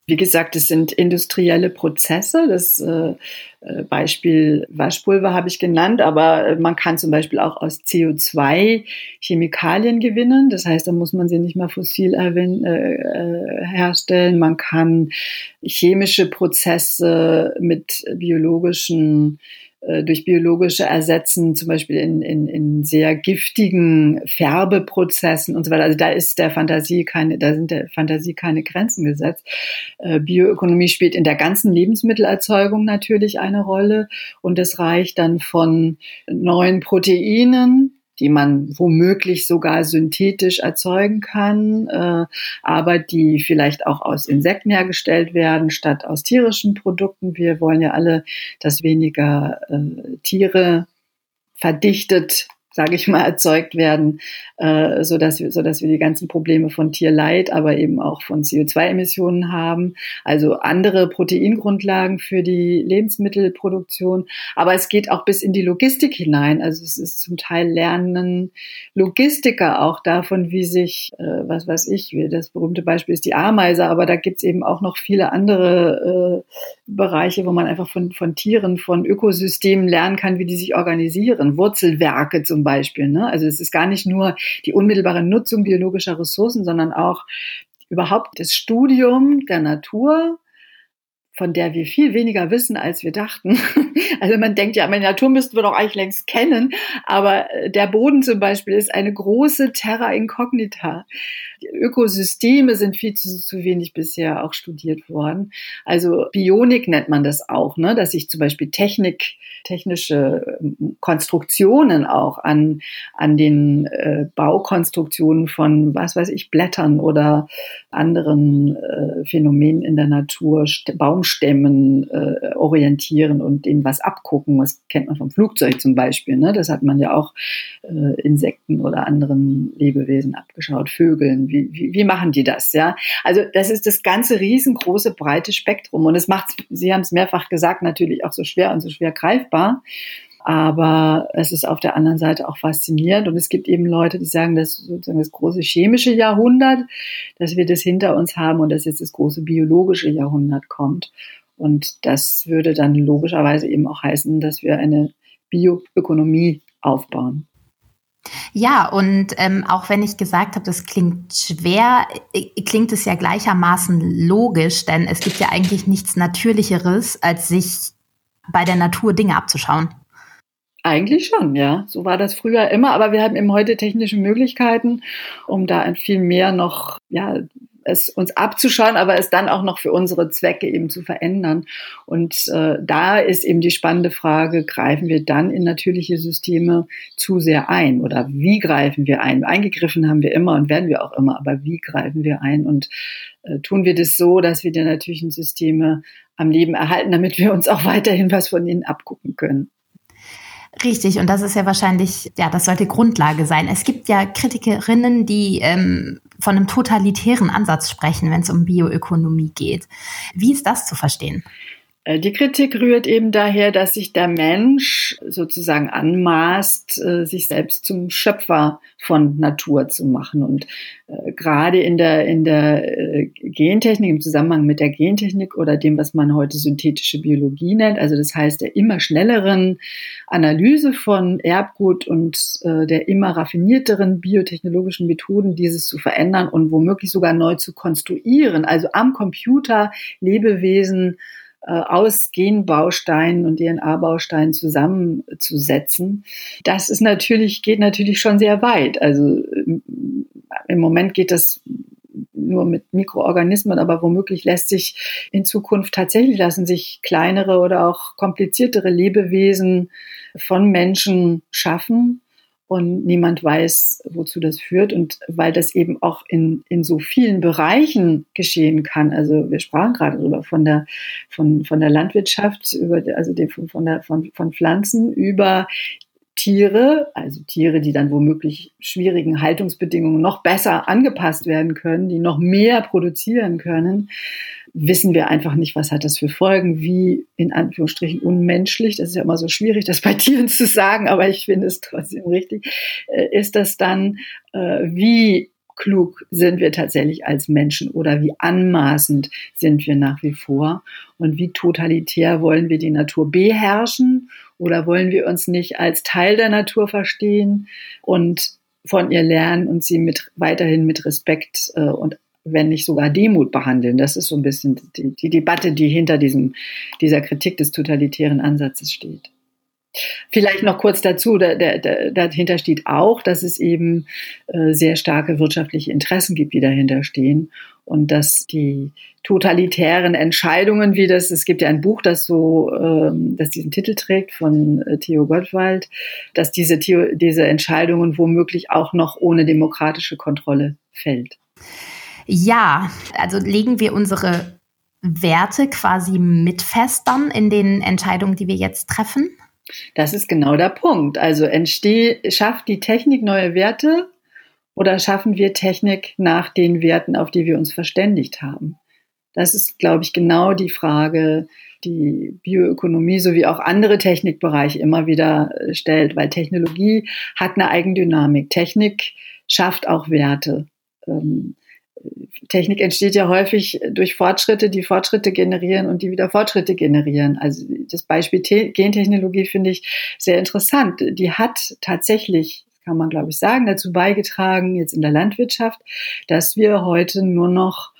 [SPEAKER 1] Wie gesagt, es sind industrielle Prozesse. Das Beispiel Waschpulver habe ich genannt, aber man kann zum Beispiel auch aus CO2 Chemikalien gewinnen. Das heißt, da muss man sie nicht mehr fossil herstellen. Man kann chemische Prozesse mit durch biologische ersetzen, zum Beispiel in sehr giftigen Färbeprozessen und so weiter. Also da sind der Fantasie keine Grenzen gesetzt. Bioökonomie spielt in der ganzen Lebensmittelerzeugung natürlich eine Rolle und es reicht dann von neuen Proteinen, die man womöglich sogar synthetisch erzeugen kann, aber die vielleicht auch aus Insekten hergestellt werden, statt aus tierischen Produkten. Wir wollen ja alle, dass weniger Tiere verdichtet, sage ich mal, erzeugt werden, sodass wir die ganzen Probleme von Tierleid, aber eben auch von CO2-Emissionen haben. Also andere Proteingrundlagen für die Lebensmittelproduktion. Aber es geht auch bis in die Logistik hinein. Also es ist zum Teil lernen Logistiker auch davon, wie sich, das berühmte Beispiel ist die Ameise, aber da gibt's eben auch noch viele andere Bereiche, wo man einfach von Tieren, von Ökosystemen lernen kann, wie die sich organisieren. Wurzelwerke zum Beispiel, ne? Also es ist gar nicht nur die unmittelbare Nutzung biologischer Ressourcen, sondern auch überhaupt das Studium der Natur, von der wir viel weniger wissen, als wir dachten. Also man denkt ja, die Natur müssten wir doch eigentlich längst kennen, aber der Boden zum Beispiel ist eine große Terra Incognita. Die Ökosysteme sind viel zu wenig bisher auch studiert worden. Also Bionik nennt man das auch, ne? Dass sich zum Beispiel technische Konstruktionen auch an den Baukonstruktionen von, Blättern oder anderen Phänomenen in der Natur, Baumstämmen orientieren und denen was abgucken. Das kennt man vom Flugzeug zum Beispiel, ne? Das hat man ja auch Insekten oder anderen Lebewesen abgeschaut, Vögeln. Wie machen die das? Ja, also das ist das ganze riesengroße, breite Spektrum und es macht, Sie haben es mehrfach gesagt, natürlich auch so schwer und so schwer greifbar. Aber es ist auf der anderen Seite auch faszinierend und es gibt eben Leute, die sagen, dass sozusagen das große chemische Jahrhundert, dass wir das hinter uns haben und dass jetzt das große biologische Jahrhundert kommt. Und das würde dann logischerweise eben auch heißen, dass wir eine Bioökonomie aufbauen.
[SPEAKER 2] Ja, und auch wenn ich gesagt habe, das klingt schwer, klingt es ja gleichermaßen logisch, denn es gibt ja eigentlich nichts Natürlicheres, als sich bei der Natur Dinge abzuschauen.
[SPEAKER 1] Eigentlich schon, ja. So war das früher immer, aber wir haben eben heute technische Möglichkeiten, um da viel mehr noch, es uns abzuschauen, aber es dann auch noch für unsere Zwecke eben zu verändern. Und da ist eben die spannende Frage, greifen wir dann in natürliche Systeme zu sehr ein oder wie greifen wir ein? Eingegriffen haben wir immer und werden wir auch immer, aber wie greifen wir ein? Und tun wir das so, dass wir die natürlichen Systeme am Leben erhalten, damit wir uns auch weiterhin was von ihnen abgucken können?
[SPEAKER 2] Richtig, und das ist ja wahrscheinlich, das sollte Grundlage sein. Es gibt ja Kritikerinnen, die von einem totalitären Ansatz sprechen, wenn es um Bioökonomie geht. Wie ist das zu verstehen?
[SPEAKER 1] Die Kritik rührt eben daher, dass sich der Mensch sozusagen anmaßt, sich selbst zum Schöpfer von Natur zu machen. Und gerade in der Gentechnik, im Zusammenhang mit der Gentechnik oder dem, was man heute synthetische Biologie nennt, also das heißt der immer schnelleren Analyse von Erbgut und der immer raffinierteren biotechnologischen Methoden, dieses zu verändern und womöglich sogar neu zu konstruieren, also am Computer Lebewesen aus Genbausteinen und DNA-Bausteinen zusammenzusetzen. Das geht natürlich schon sehr weit. Also im Moment geht das nur mit Mikroorganismen, aber womöglich lassen sich kleinere oder auch kompliziertere Lebewesen von Menschen schaffen. Und niemand weiß, wozu das führt. Und weil das eben auch in so vielen Bereichen geschehen kann. Also wir sprachen gerade darüber von der Landwirtschaft, von Pflanzen über Tiere, also Tiere, die dann womöglich schwierigen Haltungsbedingungen noch besser angepasst werden können, die noch mehr produzieren können, wissen wir einfach nicht, was hat das für Folgen, wie in Anführungsstrichen unmenschlich, das ist ja immer so schwierig, das bei Tieren zu sagen, aber ich finde es trotzdem richtig, ist das dann, wie klug sind wir tatsächlich als Menschen oder wie anmaßend sind wir nach wie vor und wie totalitär wollen wir die Natur beherrschen oder wollen wir uns nicht als Teil der Natur verstehen und von ihr lernen und sie weiterhin mit Respekt und wenn nicht sogar Demut behandeln. Das ist so ein bisschen die Debatte, die hinter dieser Kritik des totalitären Ansatzes steht. Vielleicht noch kurz dazu, dahinter steht auch, dass es eben sehr starke wirtschaftliche Interessen gibt, die dahinter stehen und dass die totalitären Entscheidungen, es gibt ja ein Buch, das diesen Titel trägt von Theo Gottwald, dass diese Entscheidungen womöglich auch noch ohne demokratische Kontrolle fällt.
[SPEAKER 2] Ja, also legen wir unsere Werte quasi mit fest dann in den Entscheidungen, die wir jetzt treffen?
[SPEAKER 1] Das ist genau der Punkt. Also schafft die Technik neue Werte oder schaffen wir Technik nach den Werten, auf die wir uns verständigt haben? Das ist, glaube ich, genau die Frage, die Bioökonomie sowie auch andere Technikbereiche immer wieder stellt, weil Technologie hat eine Eigendynamik. Technik schafft auch Werte. Technik entsteht ja häufig durch Fortschritte, die Fortschritte generieren und die wieder Fortschritte generieren. Also das Beispiel Gentechnologie finde ich sehr interessant. Die hat tatsächlich, kann man glaube ich sagen, dazu beigetragen, jetzt in der Landwirtschaft, dass wir heute nur noch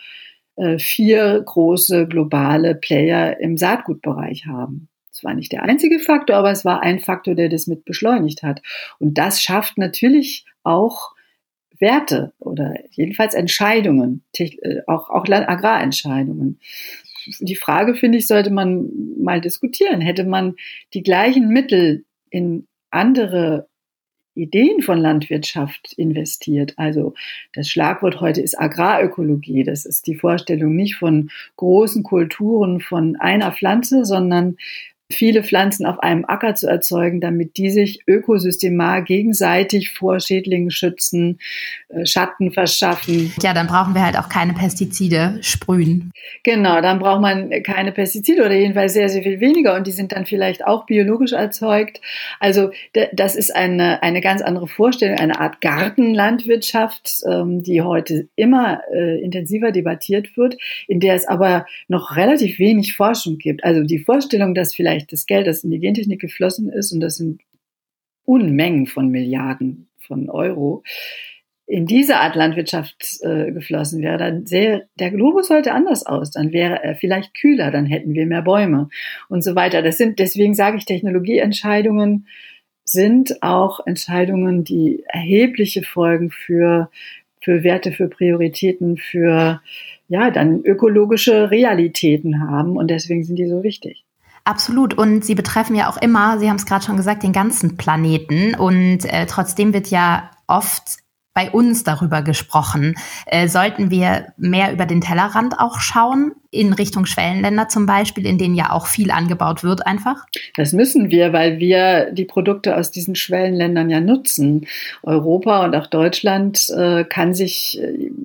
[SPEAKER 1] 4 große globale Player im Saatgutbereich haben. Das war nicht der einzige Faktor, aber es war ein Faktor, der das mit beschleunigt hat. Und das schafft natürlich auch Werte oder jedenfalls Entscheidungen, auch Agrarentscheidungen. Die Frage, finde ich, sollte man mal diskutieren. Hätte man die gleichen Mittel in andere Ideen von Landwirtschaft investiert? Also das Schlagwort heute ist Agrarökologie. Das ist die Vorstellung nicht von großen Kulturen von einer Pflanze, sondern viele Pflanzen auf einem Acker zu erzeugen, damit die sich ökosystemal gegenseitig vor Schädlingen schützen, Schatten verschaffen.
[SPEAKER 2] Ja, dann brauchen wir halt auch keine Pestizide sprühen.
[SPEAKER 1] Genau, dann braucht man keine Pestizide oder jedenfalls sehr, sehr viel weniger und die sind dann vielleicht auch biologisch erzeugt. Also das ist eine ganz andere Vorstellung, eine Art Gartenlandwirtschaft, die heute immer intensiver debattiert wird, in der es aber noch relativ wenig Forschung gibt. Also die Vorstellung, dass vielleicht das Geld, das in die Gentechnik geflossen ist, und das sind Unmengen von Milliarden von Euro, in diese Art Landwirtschaft geflossen wäre, dann sähe der Globus heute anders aus. Dann wäre er vielleicht kühler, dann hätten wir mehr Bäume und so weiter. Deswegen sage ich, Technologieentscheidungen sind auch Entscheidungen, die erhebliche Folgen für Werte, für Prioritäten, für dann ökologische Realitäten haben und deswegen sind die so wichtig.
[SPEAKER 2] Absolut. Und sie betreffen ja auch immer, Sie haben es gerade schon gesagt, den ganzen Planeten. Und trotzdem wird ja oft bei uns darüber gesprochen. Sollten wir mehr über den Tellerrand auch schauen, in Richtung Schwellenländer zum Beispiel, in denen ja auch viel angebaut wird einfach?
[SPEAKER 1] Das müssen wir, weil wir die Produkte aus diesen Schwellenländern ja nutzen. Europa und auch Deutschland kann sich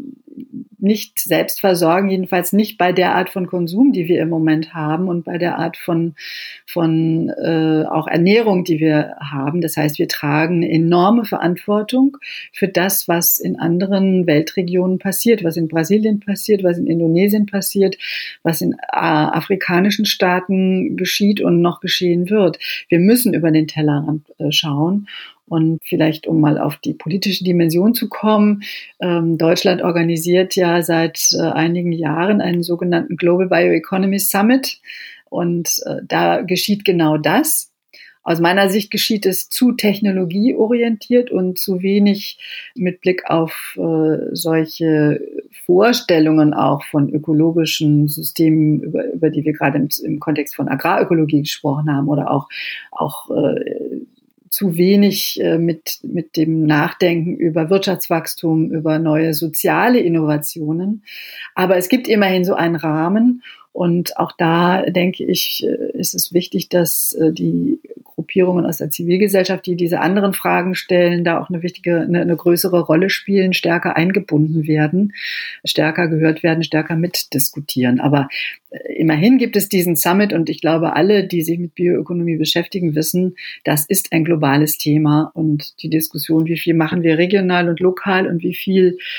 [SPEAKER 1] nicht selbst versorgen, jedenfalls nicht bei der Art von Konsum, die wir im Moment haben und bei der Art von auch Ernährung, die wir haben. Das heißt, wir tragen eine enorme Verantwortung für das, was in anderen Weltregionen passiert, was in Brasilien passiert, was in Indonesien passiert, was in afrikanischen Staaten geschieht und noch geschehen wird. Wir müssen über den Tellerrand schauen. Und vielleicht, um mal auf die politische Dimension zu kommen, Deutschland organisiert ja seit einigen Jahren einen sogenannten Global Bioeconomy Summit. Und da geschieht genau das. Aus meiner Sicht geschieht es zu technologieorientiert und zu wenig mit Blick auf solche Vorstellungen auch von ökologischen Systemen, über die wir gerade im Kontext von Agrarökologie gesprochen haben, oder auch zu wenig mit dem Nachdenken über Wirtschaftswachstum, über neue soziale Innovationen. Aber es gibt immerhin so einen Rahmen. Und auch da, denke ich, ist es wichtig, dass die Gruppierungen aus der Zivilgesellschaft, die diese anderen Fragen stellen, da auch eine größere Rolle spielen, stärker eingebunden werden, stärker gehört werden, stärker mitdiskutieren. Aber immerhin gibt es diesen Summit und ich glaube, alle, die sich mit Bioökonomie beschäftigen, wissen, das ist ein globales Thema und die Diskussion, wie viel machen wir regional und lokal und wie viel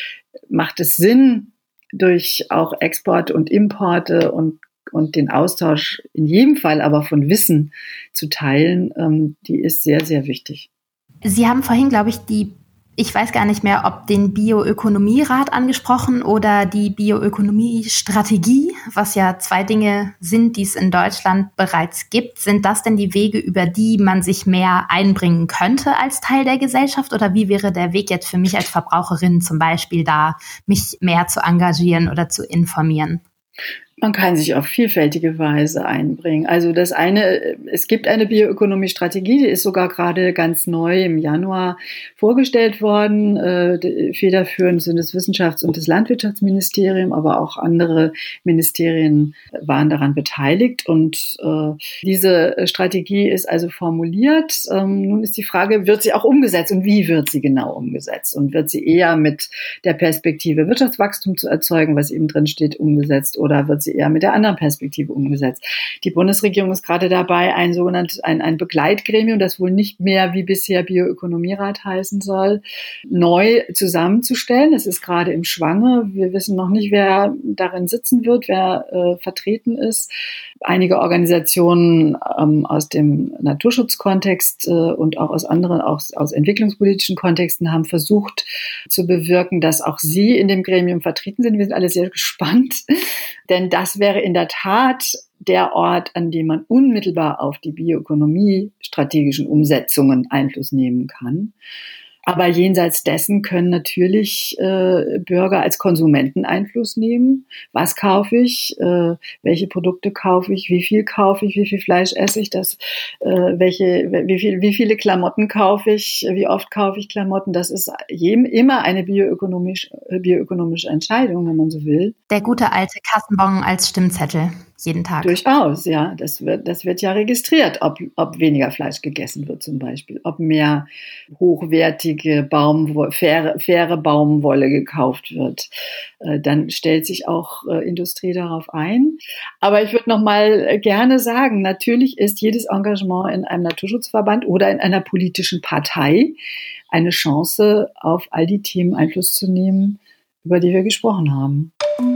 [SPEAKER 1] macht es Sinn, durch auch Exporte und Importe und den Austausch in jedem Fall aber von Wissen zu teilen, die ist sehr, sehr wichtig.
[SPEAKER 2] Sie haben vorhin, glaube ich weiß gar nicht mehr, ob den Bioökonomierat angesprochen oder die Bioökonomiestrategie, was ja 2 Dinge sind, die es in Deutschland bereits gibt. Sind das denn die Wege, über die man sich mehr einbringen könnte als Teil der Gesellschaft? Oder wie wäre der Weg jetzt für mich als Verbraucherin zum Beispiel da, mich mehr zu engagieren oder zu informieren?
[SPEAKER 1] Man kann sich auf vielfältige Weise einbringen. Also das eine, es gibt eine Bioökonomie-Strategie, die ist sogar gerade ganz neu im Januar vorgestellt worden. Federführend sind das Wissenschafts- und das Landwirtschaftsministerium, aber auch andere Ministerien waren daran beteiligt. Und diese Strategie ist also formuliert. Nun ist die Frage, wird sie auch umgesetzt und wie wird sie genau umgesetzt? Und wird sie eher mit der Perspektive Wirtschaftswachstum zu erzeugen, was eben drin steht, umgesetzt, oder wird sie eher mit der anderen Perspektive umgesetzt? Die Bundesregierung ist gerade dabei, ein Begleitgremium, das wohl nicht mehr wie bisher Bioökonomierat heißen soll, neu zusammenzustellen. Es ist gerade im Schwange. Wir wissen noch nicht, wer darin sitzen wird, wer vertreten ist. Einige Organisationen aus dem Naturschutzkontext und auch aus anderen, auch aus entwicklungspolitischen Kontexten haben versucht zu bewirken, dass auch sie in dem Gremium vertreten sind. Wir sind alle sehr gespannt, denn das wäre in der Tat der Ort, an dem man unmittelbar auf die Bioökonomie-strategischen Umsetzungen Einfluss nehmen kann. Aber jenseits dessen können natürlich Bürger als Konsumenten Einfluss nehmen. Was kaufe ich? Welche Produkte kaufe ich? Wie viel kaufe ich? Wie viel Fleisch esse ich? Wie viele Klamotten kaufe ich? Wie oft kaufe ich Klamotten? Das ist immer eine bioökonomische Entscheidung, wenn man so will.
[SPEAKER 2] Der gute alte Kassenbon als Stimmzettel. Jeden Tag.
[SPEAKER 1] Durchaus, ja. Das wird ja registriert, ob weniger Fleisch gegessen wird zum Beispiel, ob mehr hochwertige faire Baumwolle gekauft wird. Dann stellt sich auch Industrie darauf ein. Aber ich würde noch mal gerne sagen, natürlich ist jedes Engagement in einem Naturschutzverband oder in einer politischen Partei eine Chance, auf all die Themen Einfluss zu nehmen, über die wir gesprochen haben.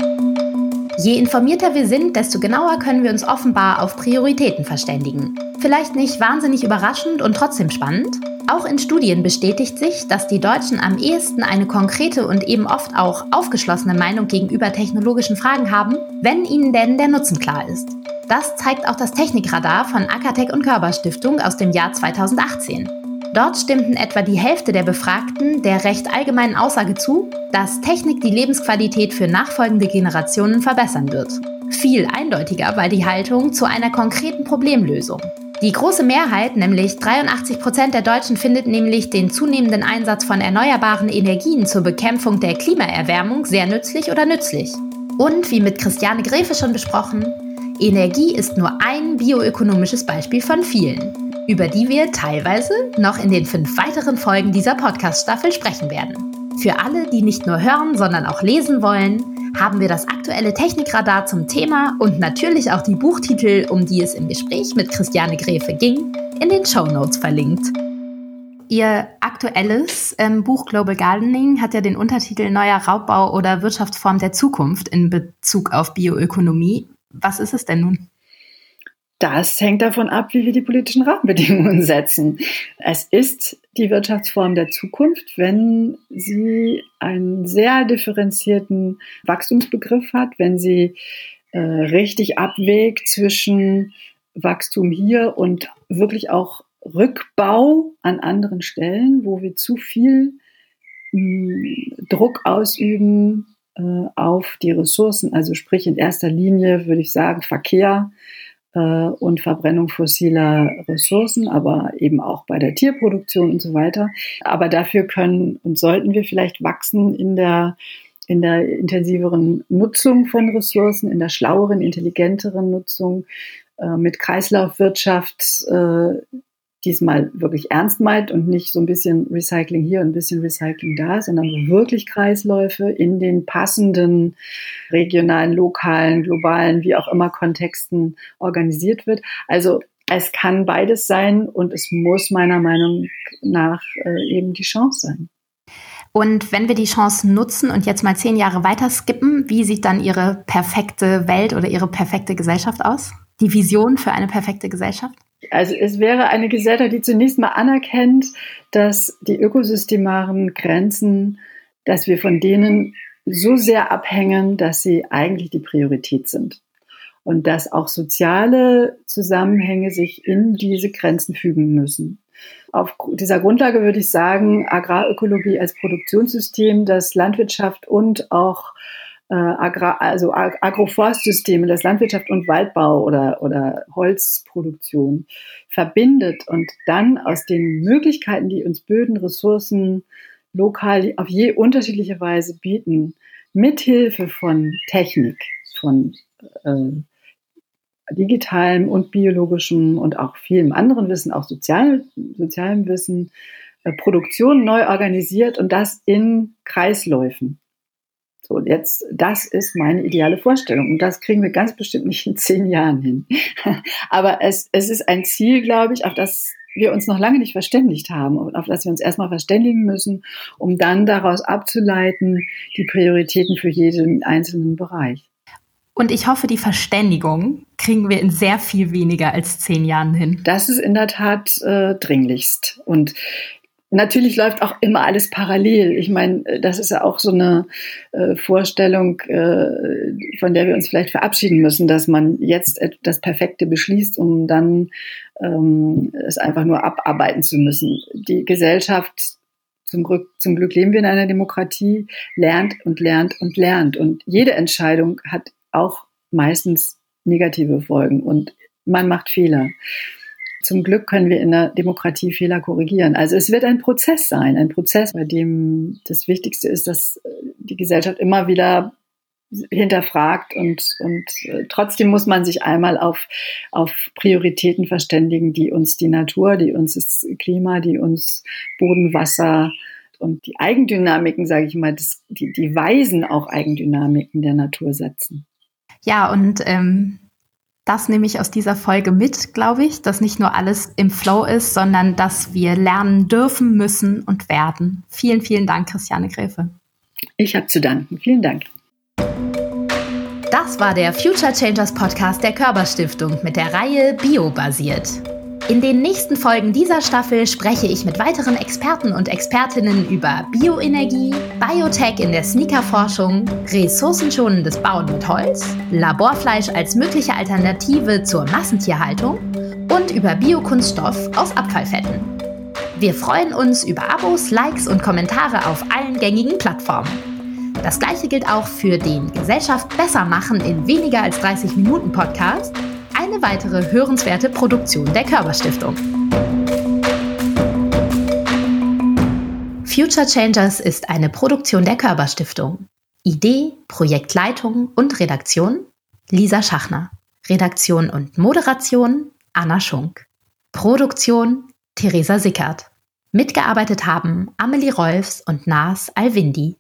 [SPEAKER 2] Je informierter wir sind, desto genauer können wir uns offenbar auf Prioritäten verständigen. Vielleicht nicht wahnsinnig überraschend und trotzdem spannend. Auch in Studien bestätigt sich, dass die Deutschen am ehesten eine konkrete und eben oft auch aufgeschlossene Meinung gegenüber technologischen Fragen haben, wenn ihnen denn der Nutzen klar ist. Das zeigt auch das Technikradar von Akatech und Körber-Stiftung aus dem Jahr 2018. Dort stimmten etwa die Hälfte der Befragten der recht allgemeinen Aussage zu, dass Technik die Lebensqualität für nachfolgende Generationen verbessern wird. Viel eindeutiger war die Haltung zu einer konkreten Problemlösung. Die große Mehrheit, nämlich 83% der Deutschen, findet nämlich den zunehmenden Einsatz von erneuerbaren Energien zur Bekämpfung der Klimaerwärmung sehr nützlich oder nützlich. Und wie mit Christiane Grefe schon besprochen, Energie ist nur ein bioökonomisches Beispiel von vielen, über die wir teilweise noch in den 5 weiteren Folgen dieser Podcast-Staffel sprechen werden. Für alle, die nicht nur hören, sondern auch lesen wollen, haben wir das aktuelle Technikradar zum Thema und natürlich auch die Buchtitel, um die es im Gespräch mit Christiane Grefe ging, in den Shownotes verlinkt. Ihr aktuelles Buch Global Gardening hat ja den Untertitel Neuer Raubbau oder Wirtschaftsform der Zukunft in Bezug auf Bioökonomie. Was ist es denn nun?
[SPEAKER 1] Das hängt davon ab, wie wir die politischen Rahmenbedingungen setzen. Es ist die Wirtschaftsform der Zukunft, wenn sie einen sehr differenzierten Wachstumsbegriff hat, wenn sie richtig abwägt zwischen Wachstum hier und wirklich auch Rückbau an anderen Stellen, wo wir zu viel Druck ausüben auf die Ressourcen. Also sprich in erster Linie würde ich sagen Verkehr und Verbrennung fossiler Ressourcen, aber eben auch bei der Tierproduktion und so weiter. Aber dafür können und sollten wir vielleicht wachsen in der intensiveren Nutzung von Ressourcen, in der schlaueren, intelligenteren Nutzung, mit Kreislaufwirtschaft, diesmal wirklich ernst meint und nicht so ein bisschen Recycling hier und ein bisschen Recycling da, sondern wirklich Kreisläufe in den passenden regionalen, lokalen, globalen, wie auch immer Kontexten organisiert wird. Also es kann beides sein und es muss meiner Meinung nach eben die Chance sein.
[SPEAKER 2] Und wenn wir die Chance nutzen und jetzt mal 10 Jahre weiter skippen, wie sieht dann Ihre perfekte Welt oder Ihre perfekte Gesellschaft aus? Die Vision für eine perfekte Gesellschaft?
[SPEAKER 1] Also es wäre eine Gesellschaft, die zunächst mal anerkennt, dass die ökosystemaren Grenzen, dass wir von denen so sehr abhängen, dass sie eigentlich die Priorität sind. Und dass auch soziale Zusammenhänge sich in diese Grenzen fügen müssen. Auf dieser Grundlage würde ich sagen, Agrarökologie als Produktionssystem, das Landwirtschaft und auch Agroforstsysteme, das Landwirtschaft und Waldbau oder Holzproduktion verbindet und dann aus den Möglichkeiten, die uns Böden, Ressourcen lokal auf je unterschiedliche Weise bieten, mithilfe von Technik, von digitalem und biologischem und auch vielem anderen Wissen, auch sozialem Wissen, Produktion neu organisiert und das in Kreisläufen. So, jetzt, das ist meine ideale Vorstellung und das kriegen wir ganz bestimmt nicht in 10 Jahren hin. Aber es ist ein Ziel, glaube ich, auf das wir uns noch lange nicht verständigt haben und auf das wir uns erstmal verständigen müssen, um dann daraus abzuleiten, die Prioritäten für jeden einzelnen Bereich.
[SPEAKER 2] Und ich hoffe, die Verständigung kriegen wir in sehr viel weniger als 10 Jahren hin.
[SPEAKER 1] Das ist in der Tat dringlichst. Und natürlich läuft auch immer alles parallel. Ich meine, das ist ja auch so eine Vorstellung, von der wir uns vielleicht verabschieden müssen, dass man jetzt das Perfekte beschließt, um dann es einfach nur abarbeiten zu müssen. Die Gesellschaft, zum Glück leben wir in einer Demokratie, lernt und lernt und lernt. Und jede Entscheidung hat auch meistens negative Folgen und man macht Fehler. Zum Glück können wir in der Demokratie Fehler korrigieren. Also es wird ein Prozess sein, ein Prozess, bei dem das Wichtigste ist, dass die Gesellschaft immer wieder hinterfragt und trotzdem muss man sich einmal auf Prioritäten verständigen, die uns die Natur, die uns das Klima, die uns Boden, Wasser und die Eigendynamiken, sage ich mal, die weisen auch Eigendynamiken der Natur setzen.
[SPEAKER 2] Ja, und das nehme ich aus dieser Folge mit, glaube ich, dass nicht nur alles im Flow ist, sondern dass wir lernen dürfen, müssen und werden. Vielen, vielen Dank, Christiane Graefe.
[SPEAKER 1] Ich habe zu danken. Vielen Dank.
[SPEAKER 2] Das war der Future Changers Podcast der Körber-Stiftung mit der Reihe Biobasiert. In den nächsten Folgen dieser Staffel spreche ich mit weiteren Experten und Expertinnen über Bioenergie, Biotech in der Sneakerforschung, ressourcenschonendes Bauen mit Holz, Laborfleisch als mögliche Alternative zur Massentierhaltung und über Biokunststoff aus Abfallfetten. Wir freuen uns über Abos, Likes und Kommentare auf allen gängigen Plattformen. Das Gleiche gilt auch für den Gesellschaft besser machen in weniger als 30 Minuten Podcast, eine weitere hörenswerte Produktion der Körber-Stiftung. Future Changers ist eine Produktion der Körber-Stiftung. Idee, Projektleitung und Redaktion Lisa Schachner. Redaktion und Moderation Anna Schunk. Produktion Theresa Sickert. Mitgearbeitet haben Amelie Rolfs und Nas Alwindi.